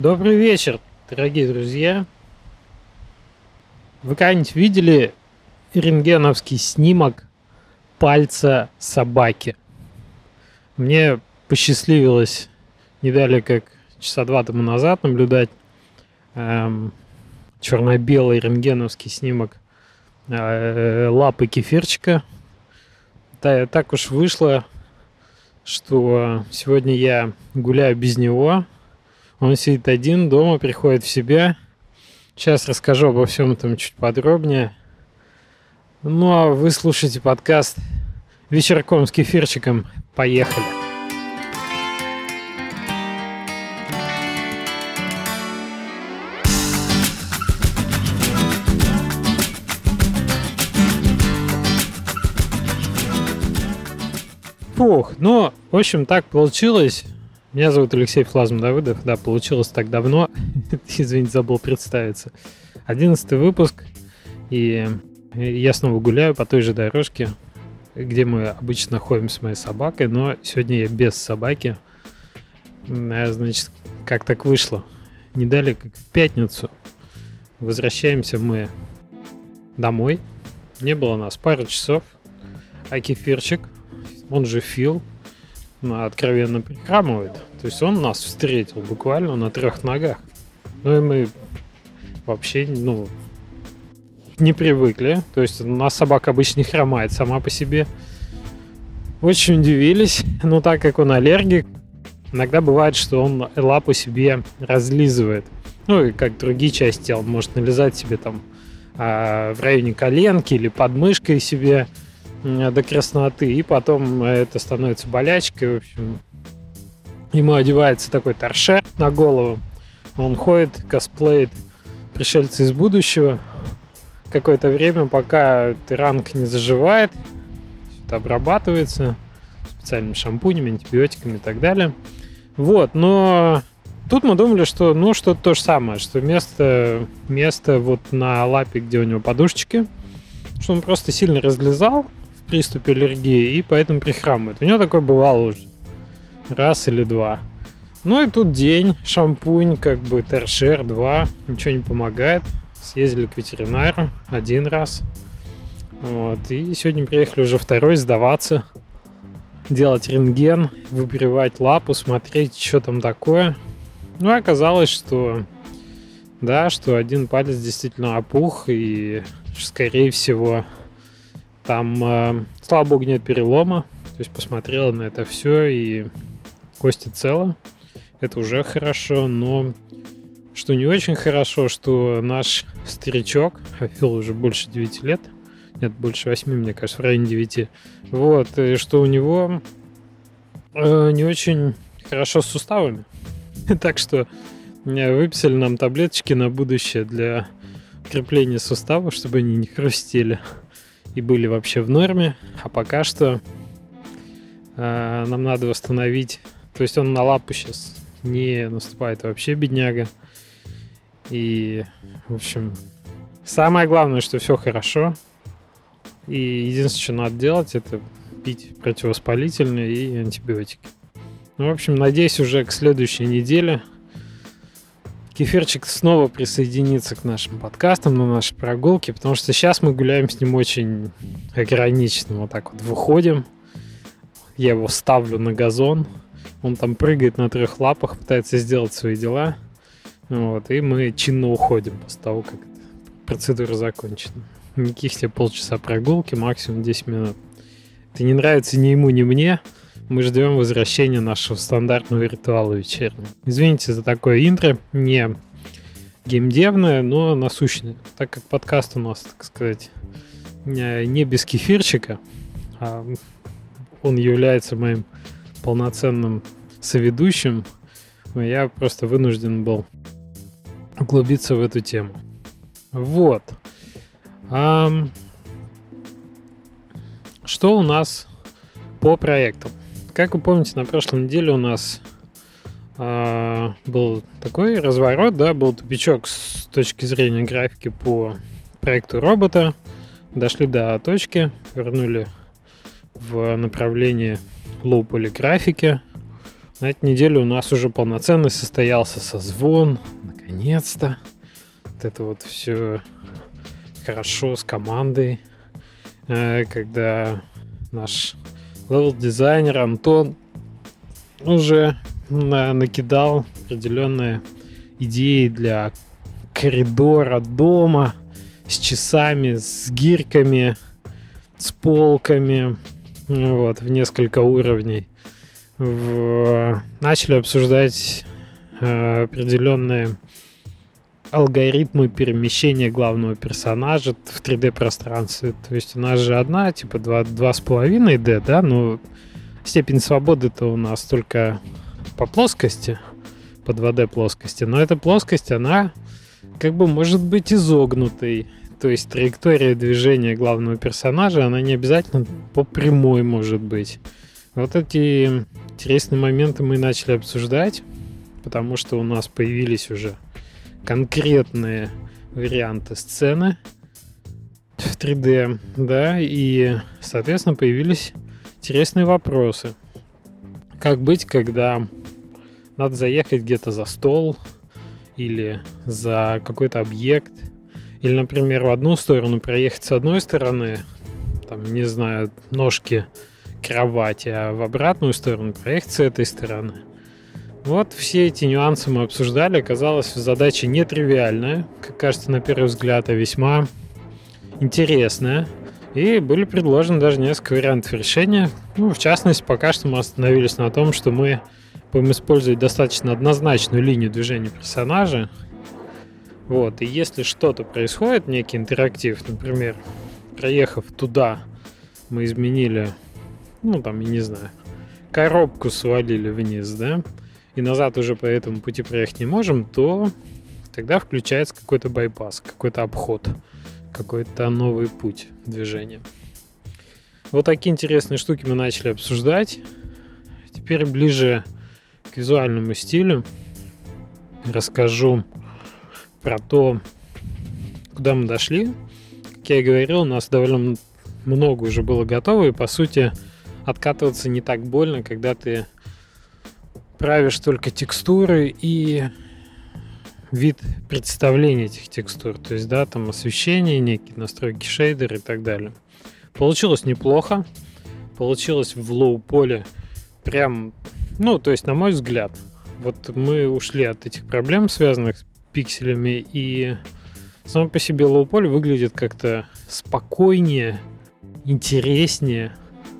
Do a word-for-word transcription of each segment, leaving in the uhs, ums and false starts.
Добрый вечер, дорогие друзья. Вы когда-нибудь видели рентгеновский снимок пальца собаки? Мне посчастливилось не далее как часа два тому назад наблюдать эм, черно-белый рентгеновский снимок э, лапы кефирчика. Да, так уж вышло, что сегодня я гуляю без него. Он сидит один дома, приходит в себя. Сейчас расскажу обо всем этом чуть подробнее. Ну а вы слушаете подкаст «Вечерком с кефирчиком». Поехали! Фух, ну, в общем, так получилось. Меня зовут Алексей Флазм Давыдов. Да, получилось так давно. Извините, забыл представиться. Одиннадцатый выпуск. И я снова гуляю по той же дорожке, где мы обычно ходим с моей собакой. Но сегодня я без собаки. Значит, как так вышло? Не далее, как в пятницу, возвращаемся мы домой. Не было нас пару часов. А кефирчик, он же Фил, откровенно прихрамывает. То есть он нас встретил буквально на трех ногах. Ну и мы вообще, ну, не привыкли. То есть у нас собака обычно не хромает сама по себе. Очень удивились. Но так как он аллергик, иногда бывает, что он лапу себе разлизывает. Ну и как другие части тела. Он может нализать себе там в районе коленки или под мышкой себе до красноты, и потом это становится болячкой. В общем, ему одевается такой торшер на голову, он ходит, косплеит пришельца из будущего какое-то время, пока ранка не заживает, это обрабатывается специальными шампунями, антибиотиками и так далее. Вот, но тут мы думали, что ну что-то то же самое, что место, место вот на лапе, где у него подушечки, что он просто сильно разлезал в приступе аллергии и поэтому прихрамывает. У него такое бывало уже раз или два. Ну и тут день, шампунь, как бы торшер, два, ничего не помогает. Съездили к ветеринару один раз. Вот. И сегодня приехали уже второй сдаваться, делать рентген, выбривать лапу, смотреть, что там такое. Ну и оказалось, что да, что один палец действительно опух, и скорее всего там, э, слава богу, нет перелома. То есть посмотрела на это все, и кости целы. Это уже хорошо, но что не очень хорошо, что наш старичок, а Фил уже больше девяти лет, нет, больше восьми, мне кажется, в районе девяти, вот, и что у него э, не очень хорошо с суставами. Так что выписали нам таблеточки на будущее для крепления суставов, чтобы они не хрустели и были вообще в норме. А пока что э, нам надо восстановить. То есть он на лапу сейчас не наступает вообще, бедняга. И, в общем, самое главное, что все хорошо. И единственное, что надо делать, это пить противовоспалительные и антибиотики. Ну, в общем, надеюсь, уже к следующей неделе Кефирчик снова присоединится к нашим подкастам, на наши прогулки, потому что сейчас мы гуляем с ним очень ограниченно. Вот так вот выходим, я его ставлю на газон, он там прыгает на трех лапах, пытается сделать свои дела, вот, и мы чинно уходим после того, как процедура закончена. Никаких себе полчаса прогулки, максимум десять минут. Это не нравится ни ему, ни мне. Мы ждем возвращения нашего стандартного ритуала вечернего. Извините за такое интро, не геймдевное, но насущное. Так как подкаст у нас, так сказать, не без кефирчика, а он является моим полноценным соведущим, я просто вынужден был углубиться в эту тему. Вот. А что у нас по проектам? Как вы помните, на прошлой неделе у нас э, был такой разворот, да, был тупичок с точки зрения графики по проекту робота. Дошли до точки, вернули в направлении low-poly графики. На этой неделе у нас уже полноценный состоялся созвон. Наконец-то. Вот это вот все хорошо с командой. Когда наш левел-дизайнер Антон уже накидал определенные идеи для коридора дома с часами, с гирьками, с полками, вот, в несколько уровней. В... Начали обсуждать э, определенные алгоритмы перемещения главного персонажа в три дэ-пространстве. То есть у нас же одна, типа два с половиной дэ, да, но степень свободы-то у нас только по плоскости, по два дэ-плоскости. Но эта плоскость, она как бы может быть изогнутой. То есть траектория движения главного персонажа, она не обязательно по прямой может быть. Вот эти интересные моменты мы начали обсуждать, потому что у нас появились уже конкретные варианты сцены в три дэ, да, и, соответственно, появились интересные вопросы. Как быть, когда надо заехать где-то за стол или за какой-то объект, или, например, в одну сторону проехать с одной стороны, там, не знаю, ножки кровати, а в обратную сторону проехать с этой стороны. Вот все эти нюансы мы обсуждали. Оказалось, задача нетривиальная, как кажется на первый взгляд, а весьма интересная. И были предложены даже несколько вариантов решения. Ну, в частности, пока что мы остановились на том, что мы будем использовать достаточно однозначную линию движения персонажа. Вот, и если что-то происходит, некий интерактив, например, проехав туда, мы изменили, ну, там, я не знаю, коробку свалили вниз, да, и назад уже по этому пути проехать не можем, то тогда включается какой-то байпас, какой-то обход, какой-то новый путь движения. Вот такие интересные штуки мы начали обсуждать. Теперь ближе к визуальному стилю расскажу про то, куда мы дошли. Как я и говорил, у нас довольно много уже было готово, и, по сути, откатываться не так больно, когда ты правишь только текстуры и вид представления этих текстур. То есть, да, там освещение, некие настройки шейдера и так далее. Получилось неплохо. Получилось в лоу-поле прям, ну, то есть, на мой взгляд, вот мы ушли от этих проблем, связанных с пикселями, и само по себе лоу-поле выглядит как-то спокойнее, интереснее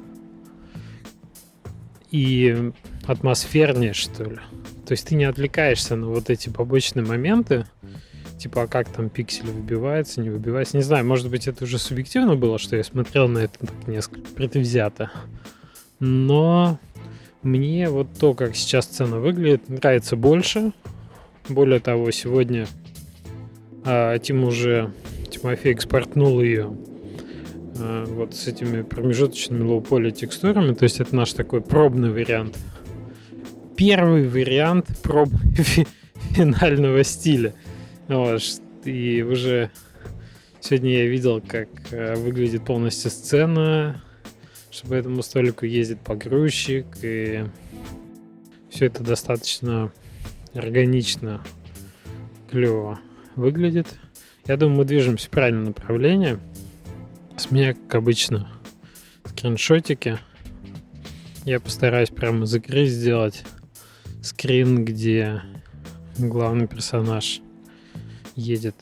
и атмосфернее, что ли. То есть ты не отвлекаешься на вот эти побочные моменты, типа, а как там пиксели выбиваются, не выбиваются. Не знаю, может быть, это уже субъективно было, что я смотрел на это так несколько предвзято. Но мне вот то, как сейчас сцена выглядит, нравится больше. Более того, сегодня а, Тим уже, Тимофей экспортнул ее а, вот с этими промежуточными лоу-поли текстурами. То есть это наш такой пробный вариант. Первый вариант проб финального стиля. Вот. И уже сегодня я видел, как а, выглядит полностью сцена, что по этому столику ездит погрузчик, и все это достаточно органично, клево выглядит. Я думаю, мы движемся в правильном направлении. С меня, как обычно, скриншотики. Я постараюсь прямо закрыть, сделать скрин, где главный персонаж едет.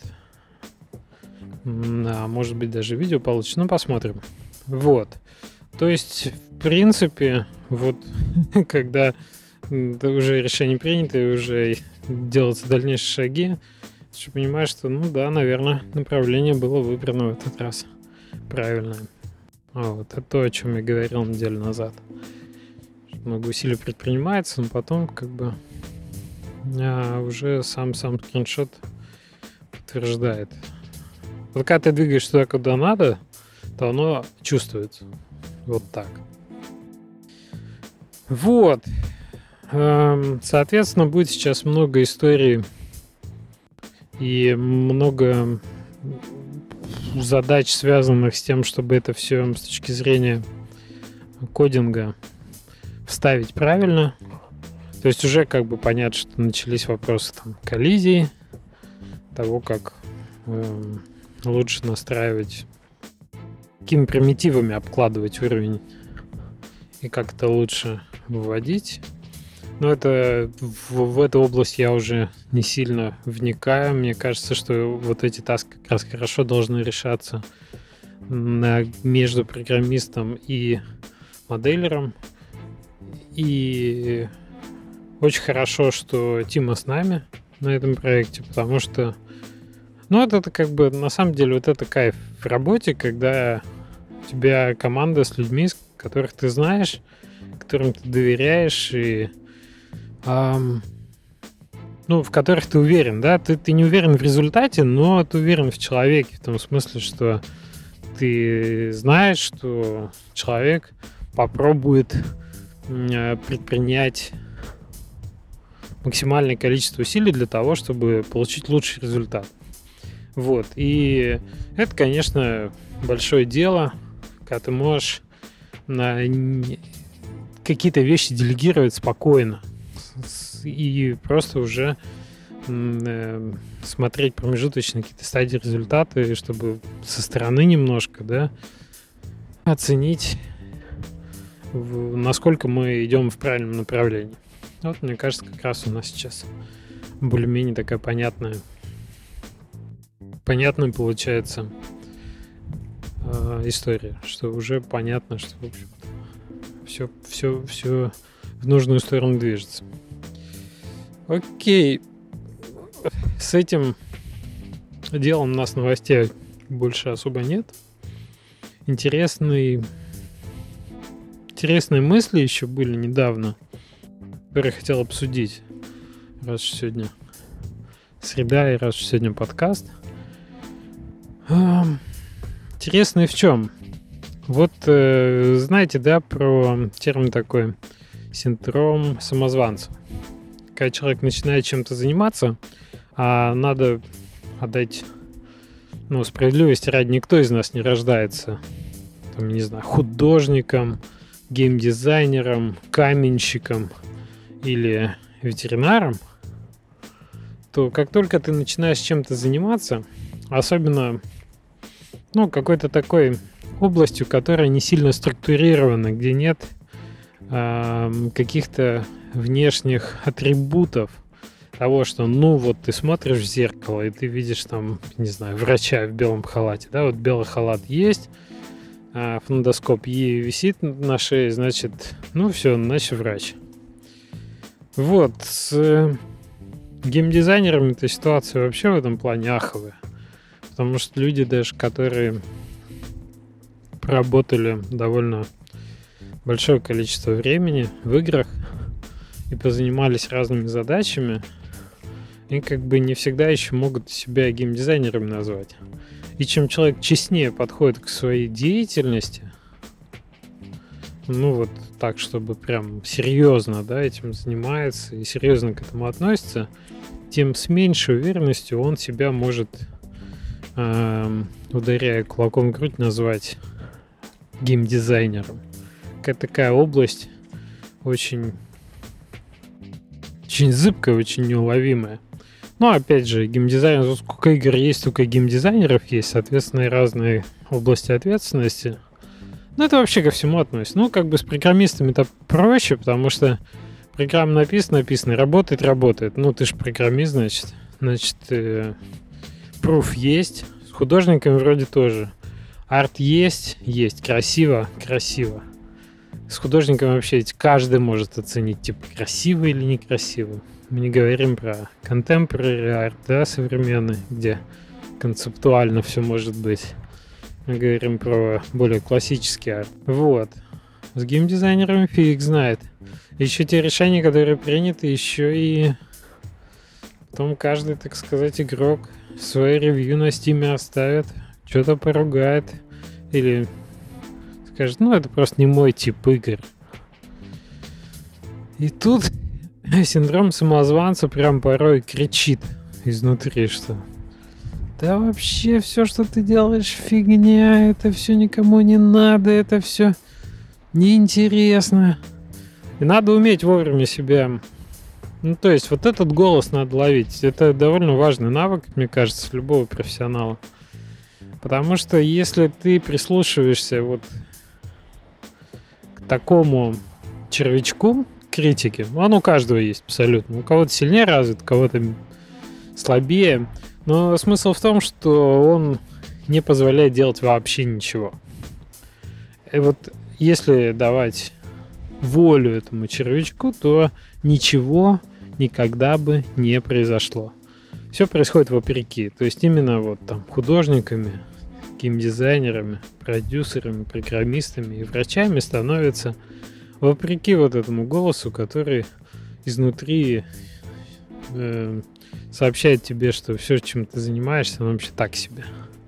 Да, может быть, даже видео получится. Ну, посмотрим. Вот. То есть, в принципе, вот когда уже решение принято, и уже делаются дальнейшие шаги, ты понимаешь, что, ну да, наверное, направление было выбрано в этот раз правильное. А вот это то, о чем я говорил неделю назад. Много усилий предпринимается, но потом как бы а, уже сам-сам скриншот подтверждает. Вот когда ты двигаешь туда, куда надо, то оно чувствуется. Вот так. Вот. Соответственно, будет сейчас много историй и много задач, связанных с тем, чтобы это все с точки зрения кодинга вставить правильно. То есть уже как бы понятно, что начались вопросы там коллизий, того, как э, лучше настраивать, какими примитивами обкладывать уровень и как это лучше выводить. Но это в, в эту область я уже не сильно вникаю. Мне кажется, что вот эти таски как раз хорошо должны решаться на, между программистом и моделером. И очень хорошо, что Тима с нами на этом проекте, потому что ну, вот это как бы, на самом деле, вот это кайф в работе, когда у тебя команда с людьми, которых ты знаешь, которым ты доверяешь, и эм, ну, в которых ты уверен, да, ты, ты не уверен в результате, но ты уверен в человеке, в том смысле, что ты знаешь, что человек попробует э, предпринять максимальное количество усилий для того, чтобы получить лучший результат. Вот. И это, конечно, большое дело, когда ты можешь на какие-то вещи делегировать спокойно и просто уже смотреть промежуточные какие-то стадии результата, чтобы со стороны немножко, да, оценить, насколько мы идем в правильном направлении. Вот, мне кажется, как раз у нас сейчас более-менее такая понятная понятная получается э, история, что уже понятно, что в общем все, все, все в нужную сторону движется. Окей, с этим делом у нас новостей больше особо нет. Интересные, интересные мысли еще были недавно, которые я хотел обсудить, раз уж сегодня среда и раз уж сегодня подкаст. Интересно и в чем? Вот э, знаете, да, про термин такой синдром самозванца. Когда человек начинает чем-то заниматься, а надо отдать, ну, справедливости ради, никто из нас не рождается, там, не знаю, художником, геймдизайнером, каменщиком или ветеринаром, то как только ты начинаешь чем-то заниматься, особенно ну, какой-то такой областью, которая не сильно структурирована, где нет э, каких-то внешних атрибутов того, что, ну, вот ты смотришь в зеркало, и ты видишь там, не знаю, врача в белом халате, да, вот белый халат есть, э, фондоскоп ей висит на шее, значит, ну, все, значит, врач. Вот, с э, геймдизайнерами эта ситуация вообще в этом плане аховая. Потому что люди даже, которые проработали довольно большое количество времени в играх и позанимались разными задачами, они как бы не всегда еще могут себя геймдизайнерами назвать. И чем человек честнее подходит к своей деятельности, ну вот так, чтобы прям серьезно, да, этим занимается и серьезно к этому относится, тем с меньшей уверенностью он себя может, ударяя кулаком в грудь, назвать геймдизайнером. Какая такая область очень, очень зыбкая, очень неуловимая. Но опять же, геймдизайнер, сколько игр есть, столько геймдизайнеров есть, соответственно, и разные области ответственности. Ну, это вообще ко всему относится. Ну, как бы с программистами это проще, потому что программа написана, написана, работает, работает. Ну, ты же программист, значит. Значит, э, пруф есть. С художниками вроде тоже. Арт есть, есть. Красиво, красиво. С художниками вообще ведь каждый может оценить, типа, красиво или некрасиво. Мы не говорим про contemporary арт, да, современный, где концептуально все может быть. Мы говорим про более классический арт. Вот. С геймдизайнерами фиг знает. Еще те решения, которые приняты, еще и потом каждый, так сказать, игрок свое ревью на Steam оставит, что-то поругает или скажет, ну это просто не мой тип игр. И тут синдром самозванца прям порой кричит изнутри, что да вообще все, что ты делаешь, фигня, это все никому не надо, это все неинтересно. И надо уметь вовремя себя Ну, то есть вот этот голос надо ловить. Это довольно важный навык, мне кажется, любого профессионала. Потому что если ты прислушиваешься вот к такому червячку критики, он у каждого есть абсолютно. У кого-то сильнее развит, у кого-то слабее. Но смысл в том, что он не позволяет делать вообще ничего. И вот если давать волю этому червячку, то ничего никогда бы не произошло. Все происходит вопреки. То есть именно вот там художниками, геймдизайнерами, продюсерами, программистами и врачами становятся вопреки вот этому голосу, который изнутри э, сообщает тебе, что все, чем ты занимаешься, оно вообще так себе.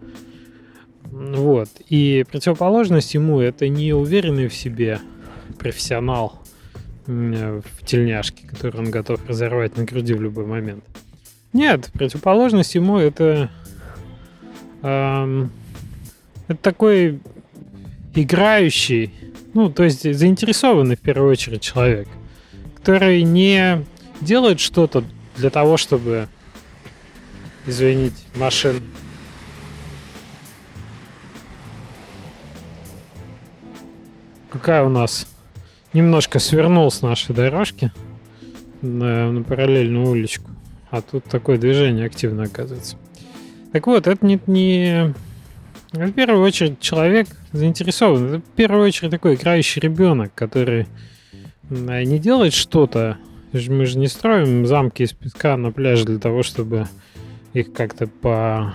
Вот. И противоположность ему — это не уверенный в себе профессионал в тельняшке, который он готов разорвать на груди в любой момент. Нет, противоположность ему — это эм, это такой играющий, ну, то есть заинтересованный в первую очередь человек, который не делает что-то для того, чтобы, извините, машин. Какая у нас немножко свернул с нашей дорожки на, на параллельную уличку. А тут такое движение активно оказывается. Так вот, это не, не... В первую очередь человек заинтересован. Это в первую очередь такой играющий ребенок, который не делает что-то. Мы же не строим замки из песка на пляже для того, чтобы их как-то по...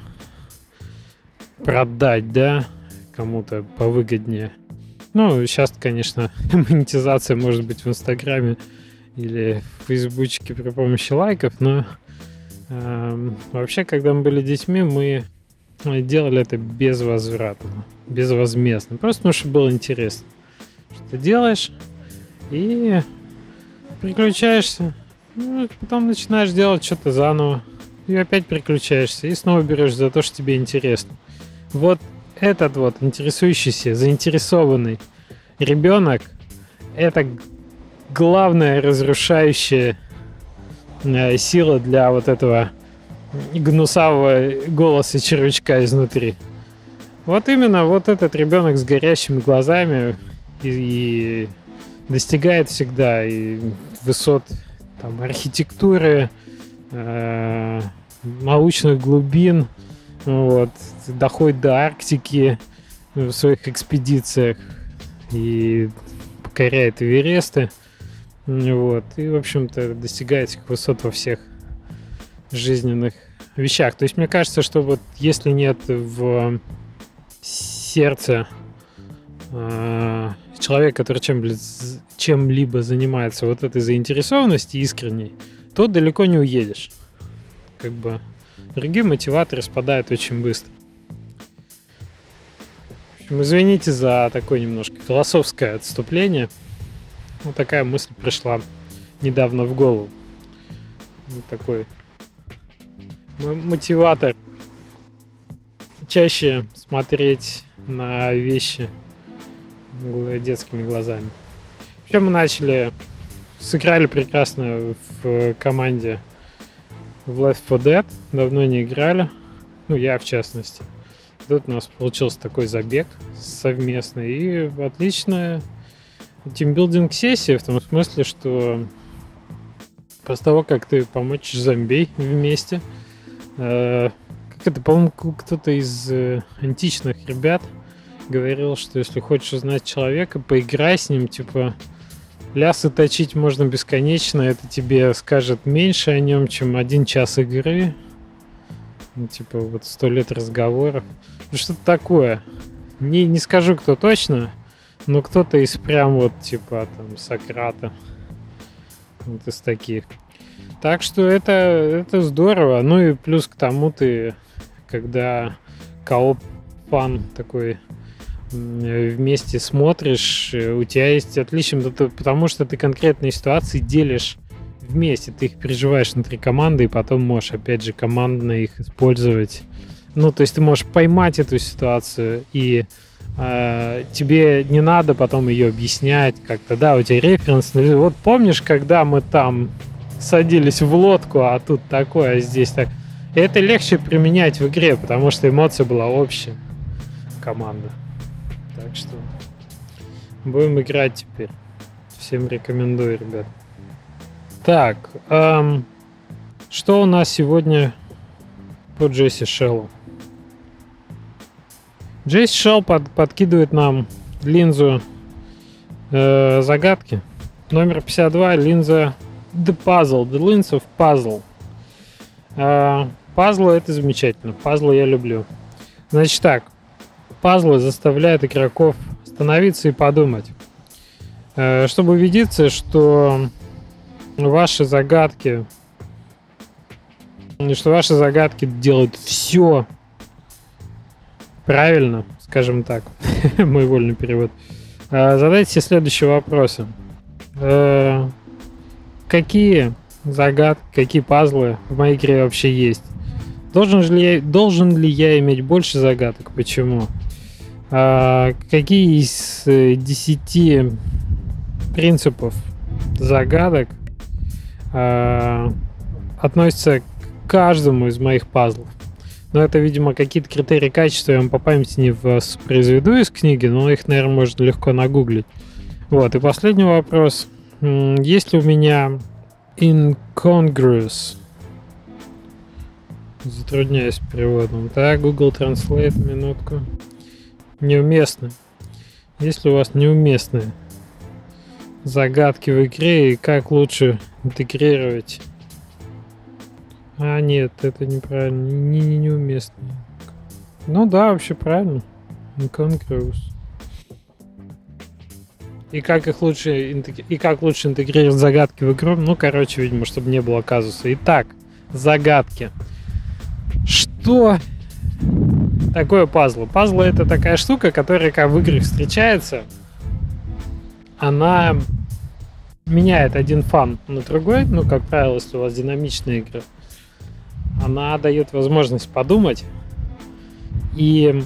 продать, да, кому-то повыгоднее. Ну, сейчас, конечно, монетизация может быть в Инстаграме или в Фейсбучке при помощи лайков, но э, вообще, когда мы были детьми, мы делали это безвозвратно, безвозмездно, просто потому что было интересно. Что ты делаешь и переключаешься, ну, потом начинаешь делать что-то заново, и опять переключаешься, и снова берешь за то, что тебе интересно. Вот этот вот интересующийся, заинтересованный ребенок — это главная разрушающая э, сила для вот этого гнусавого голоса червячка изнутри. Вот именно вот этот ребенок с горящими глазами и, и достигает всегда и высот там, архитектуры, э, научных глубин. Вот, доходит до Арктики в своих экспедициях и покоряет Эвересты. Вот, и, в общем-то, достигает этих высот во всех жизненных вещах. То есть мне кажется, что вот если нет в сердце э, человека, который чем, чем-либо занимается вот этой заинтересованности искренней, то далеко не уедешь. Как бы другие мотиваторы спадают очень быстро. В общем, извините за такое немножко философское отступление. Вот такая мысль пришла недавно в голову. Вот такой мотиватор. Чаще смотреть на вещи детскими глазами. Вообще мы начали, сыграли прекрасно в команде в Left four Dead, давно не играли, ну я в частности. Тут у нас получился такой забег совместный и отличная тимбилдинг сессия, в том смысле, что после того, как ты помочь зомби вместе, э, как это, по-моему, кто-то из э, античных ребят говорил, что если хочешь узнать человека, поиграй с ним, типа лясы точить можно бесконечно, это тебе скажет меньше о нем, чем один час игры. Ну, типа вот сто лет разговоров. Ну, что-то такое. Не, не скажу, кто точно, но кто-то из прям вот типа там Сократа. Вот из таких. Так что это, это здорово. Ну и плюс к тому ты, когда кооп-фан такой вместе смотришь, у тебя есть отличие, потому что ты конкретные ситуации делишь вместе, ты их переживаешь внутри команды, и потом можешь, опять же, командно их использовать. Ну, то есть ты можешь поймать эту ситуацию, и э, тебе не надо потом ее объяснять как-то. Да, у тебя референс. Вот помнишь, когда мы там садились в лодку, а тут такое, а здесь так. И это легче применять в игре, потому что эмоция была общая. Команда. Так что будем играть теперь. Всем рекомендую, ребят. Так, эм, что у нас сегодня по Джесси Шеллу? Джесси Шелл под, подкидывает нам линзу э, загадки. Номер пятьдесят два, линза The Puzzle, The Lens of Puzzle. Э, пазлы это замечательно, пазлы я люблю. Значит так, пазлы заставляют игроков остановиться и подумать, э, чтобы убедиться, что ваши загадки, что ваши загадки делают все правильно, скажем так, мой вольный перевод. Задайте себе следующие вопросы. Какие загадки, какие пазлы в моей игре вообще есть? Должен ли я, должен ли я иметь больше загадок? Почему? Какие из десяти принципов загадок относятся к каждому из моих пазлов? Но это, видимо, какие-то критерии качества я вам по памяти не воспроизведу из книги, но их, наверное, можно легко нагуглить. Вот, и последний вопрос. Есть ли у меня incongruous? Затрудняюсь с переводом. Так, Google Translate, минутку. Неуместно. Есть ли у вас неуместные загадки в игре и как лучше интегрировать? А, нет, это неправильно. Не, не, неуместно. Ну да, вообще правильно. Incongruous. И как их лучше интегри... и как лучше интегрировать загадки в игру? Ну, короче, видимо, чтобы не было казуса. Итак, загадки. Что такое пазлы? Пазлы — это такая штука, которая, как в играх встречается, она меняет один фан на другой. Ну, как правило, если у вас динамичные игры, она дает возможность подумать и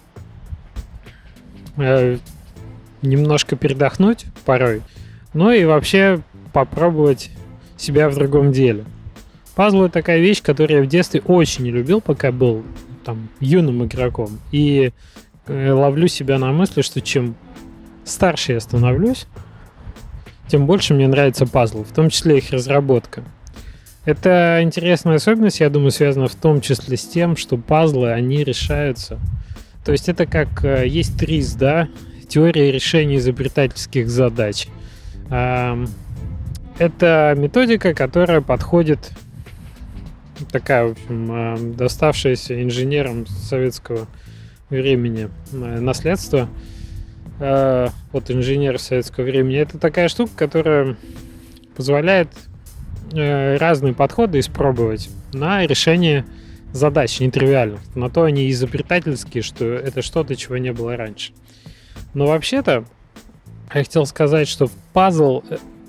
э, немножко передохнуть порой, но и вообще попробовать себя в другом деле. Пазлы — такая вещь, которую я в детстве очень не любил, пока был там юным игроком. И э, ловлю себя на мысли, что чем старше я становлюсь, тем больше мне нравятся пазлы, в том числе их разработка. Это интересная особенность, я думаю, связана в том числе с тем, что пазлы, они решаются. То есть это как э, есть ТРИЗ, да, теория решения изобретательских задач. Э, это методика, которая подходит, такая, в общем, э, доставшаяся инженерам советского времени э, наследство э, от инженеров советского времени. Это такая штука, которая позволяет разные подходы испробовать на решение задач нетривиальных. На то они изобретательские, что это что-то, чего не было раньше. Но вообще-то я хотел сказать, что пазл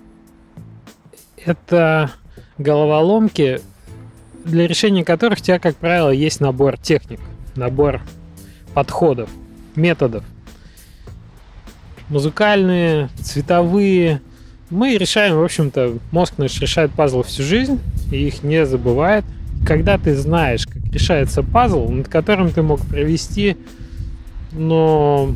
— это головоломки, для решения которых у тебя, как правило, есть набор техник, набор подходов, методов. Музыкальные, цветовые. Мы решаем, в общем-то, мозг наш решает пазлы всю жизнь и их не забывает. Когда ты знаешь, как решается пазл, над которым ты мог провести, но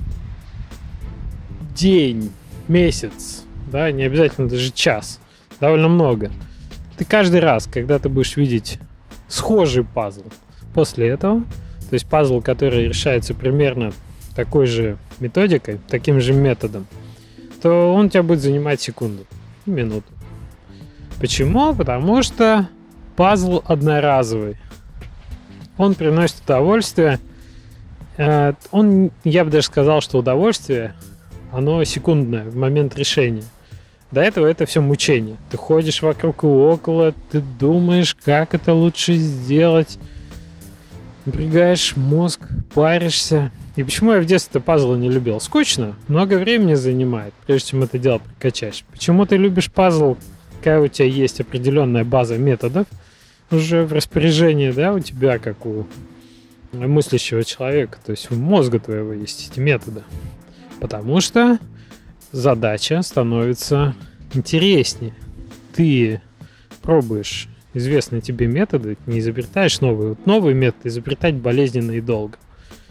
день, месяц, да, не обязательно даже час, довольно много. Ты каждый раз, когда ты будешь видеть схожий пазл после этого, то есть пазл, который решается примерно такой же методикой, таким же методом, то он у тебя будет занимать секунду, минуту. Почему? Потому что пазл одноразовый. Он приносит удовольствие. Он, я бы даже сказал, что удовольствие, оно секундное в момент решения. До этого это все мучение. Ты ходишь вокруг и около, ты думаешь, как это лучше сделать. Напрягаешь мозг, паришься. И почему я в детстве пазлы не любил? Скучно, много времени занимает, прежде чем это дело прокачаешь. Почему ты любишь пазл, когда у тебя есть определенная база методов уже в распоряжении, да, у тебя, как у мыслящего человека, то есть у мозга твоего есть эти методы. Потому что задача становится интереснее. Ты пробуешь известные тебе методы, не изобретаешь новые. Вот новые методы изобретать болезненно и долго.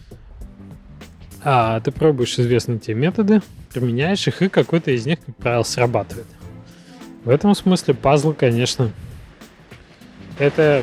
А ты пробуешь известные тебе методы, применяешь их, и какой-то из них, как правило, срабатывает. В этом смысле пазлы, конечно, это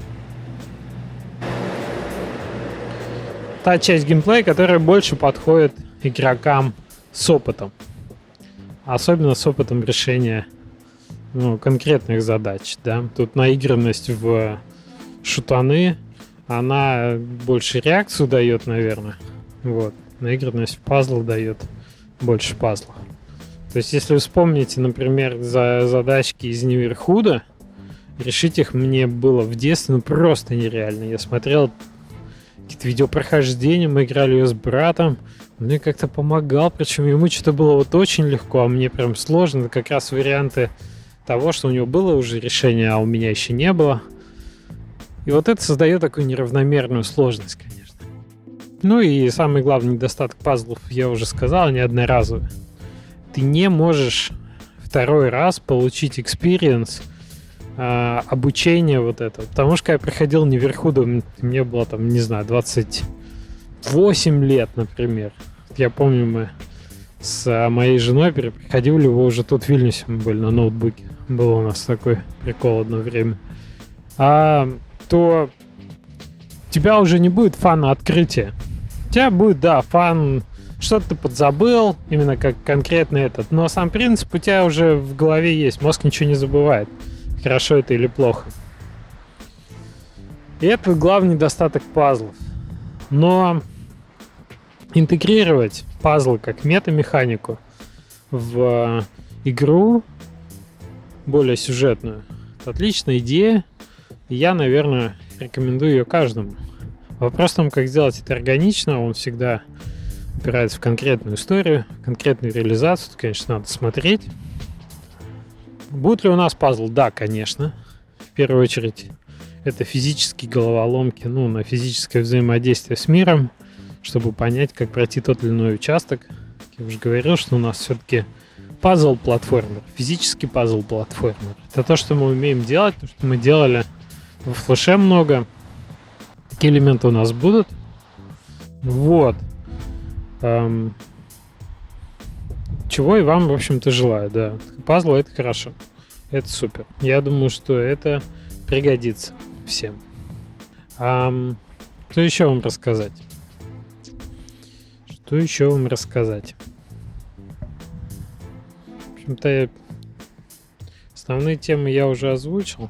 та часть геймплея, которая больше подходит игрокам с опытом. Особенно с опытом решения ну, конкретных задач. Да? Тут наигранность в шутаны, она больше реакцию дает, наверное. Вот. Наигранность в пазл дает больше пазла. То есть, если вы вспомните, например, за задачки из Неверхуда, решить их мне было в детстве ну, просто нереально. Я смотрел какие-то видеопрохождения, мы играли ее с братом, он мне как-то помогал, причем ему что-то было вот очень легко, а мне прям сложно. Это как раз варианты того, что у него было уже решение, а у меня еще не было. И вот это создает такую неравномерную сложность, конечно. Ну и самый главный недостаток пазлов, я уже сказал, они одноразовые. Ты не можешь второй раз получить experience, э, обучение вот это. Потому что я проходил Неверхуду, мне было там, не знаю, двадцать восемь лет, например. Я помню, мы с моей женой переходили его уже тут в Вильнюсе, мы были на ноутбуке. Был у нас такой прикол одно время. А то у тебя уже не будет фана открытия. У тебя будет, да, фан, что-то ты подзабыл, именно как конкретно этот. Но сам принцип у тебя уже в голове есть. Мозг ничего не забывает. Хорошо это или плохо. И это главный недостаток пазлов. Но интегрировать пазлы как метамеханику в игру более сюжетную — это отличная идея. И я, наверное, рекомендую ее каждому. Вопрос в том, как сделать это органично. Он всегда упирается в конкретную историю, конкретную реализацию. Тут, конечно, надо смотреть. Будут ли у нас пазл? Да, конечно. В первую очередь, это физические головоломки, ну, на физическое взаимодействие с миром, чтобы понять, как пройти тот или иной участок. Я уже говорил, что у нас все-таки пазл-платформер, физический пазл-платформер. Это то, что мы умеем делать, то, что мы делали в флеше много. Такие элементы у нас будут. Вот. Эм. Чего и вам, в общем-то, желаю, да. Пазлы — это хорошо. Это супер. Я думаю, что это пригодится всем. Эм. Что еще вам рассказать? Что еще вам рассказать? В общем-то, основные темы я уже озвучил.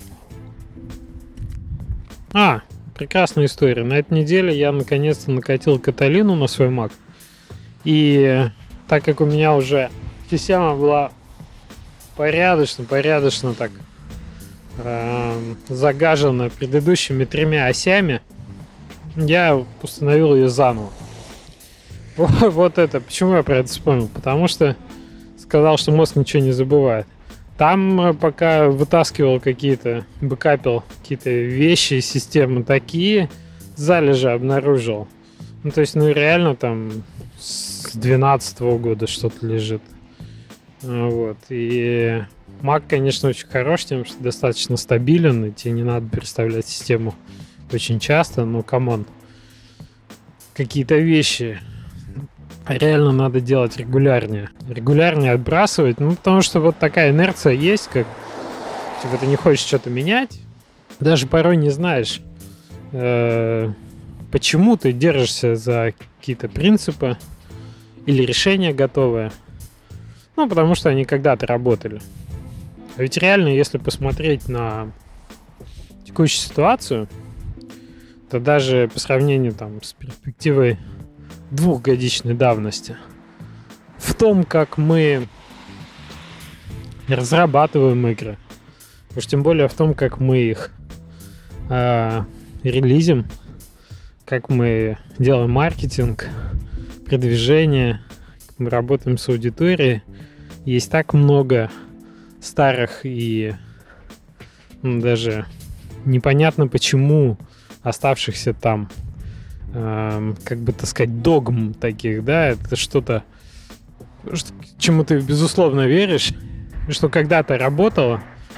А, прекрасная история. На этой неделе я наконец-то накатил Каталину на свой Mac. И так как у меня уже система была порядочно, порядочно так э, загажена предыдущими тремя осями, я установил ее заново. Вот, вот это. Почему я про это вспомнил? Потому что сказал, что мозг ничего не забывает. Там пока вытаскивал какие-то, бэкапил какие-то вещи из системы, такие залежи обнаружил. Ну, то есть, ну, реально там с двенадцатого года что-то лежит. Вот. И Mac, конечно, очень хорош тем, что достаточно стабилен, и тебе не надо переставлять систему очень часто, но, камон, какие-то вещи реально надо делать регулярнее. Регулярнее отбрасывать, ну, потому что вот такая инерция есть, как типа ты не хочешь что-то менять, даже порой не знаешь, э, почему ты держишься за какие-то принципы или решения готовые. Ну, потому что они когда-то работали. А ведь реально, если посмотреть на текущую ситуацию, то даже по сравнению там с перспективой двухгодичной давности, в том, как мы разрабатываем игры, уж тем более в том, как мы их э, релизим, как мы делаем маркетинг, продвижение, как мы работаем с аудиторией, есть так много старых и ну, даже непонятно почему оставшихся там, э, как бы так сказать, догм таких, да, это что-то, что, чему ты безусловно веришь, что когда-то работало,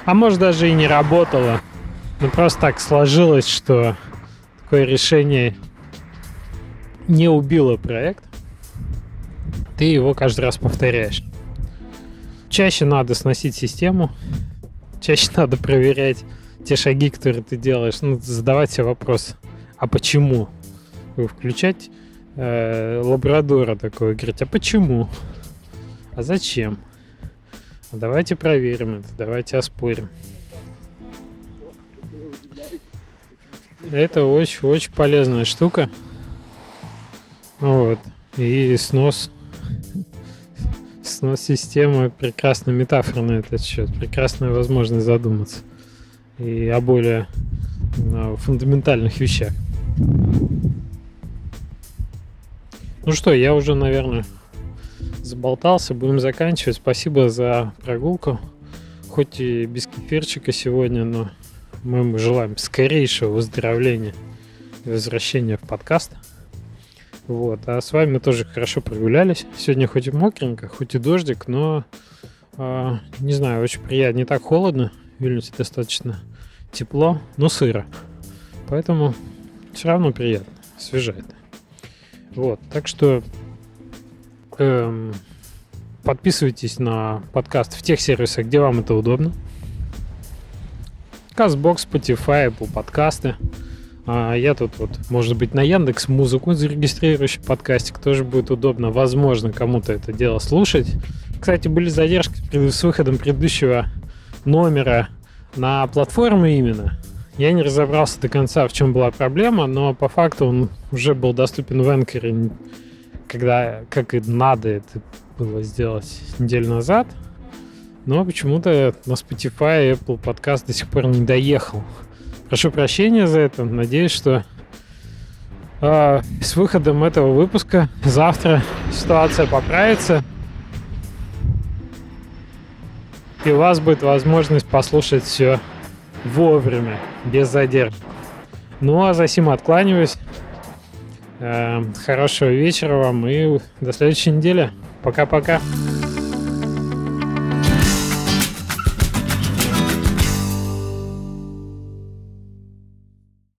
А может, даже и не работало. Но просто так сложилось, что такое решение не убило проект. Ты его каждый раз повторяешь. Чаще надо сносить систему. Чаще надо проверять те шаги, которые ты делаешь. Ну, задавать себе вопрос, а почему? Включать э, лабрадора такой, говорить, а почему? А зачем? А давайте проверим это, давайте оспорим. Это очень-очень полезная штука. Вот. И снос снос системы — прекрасная метафора на этот счет. Прекрасная возможность задуматься. И о более ну, фундаментальных вещах. Ну что, я уже, наверное, заболтался. Будем заканчивать. Спасибо за прогулку. Хоть и без кефирчика сегодня, но мы ему желаем скорейшего выздоровления и возвращения в подкаст. Вот. А с вами мы тоже хорошо прогулялись. Сегодня хоть и мокренько, хоть и дождик, но э, не знаю, очень приятно. Не так холодно. В Вильнюсе достаточно тепло, но сыро. Поэтому все равно приятно, освежает. Вот. Так что эм, подписывайтесь на подкаст в тех сервисах, где вам это удобно. Castbox, Spotify, Apple подкасты. А я тут вот, может быть, на Яндекс.Музыку зарегистрирующий подкастик тоже будет удобно. Возможно, кому-то это дело слушать. Кстати, были задержки с выходом предыдущего номера на платформе именно. Я не разобрался до конца, в чем была проблема, но по факту он уже был доступен в Anchor, когда, как и надо это было сделать неделю назад. Но почему-то на Spotify и Apple подкаст до сих пор не доехал. Прошу прощения за это. Надеюсь, что э, с выходом этого выпуска завтра ситуация поправится. И у вас будет возможность послушать все вовремя, без задержки. Ну а за сим откланиваюсь. Э, хорошего вечера вам и до следующей недели. Пока-пока.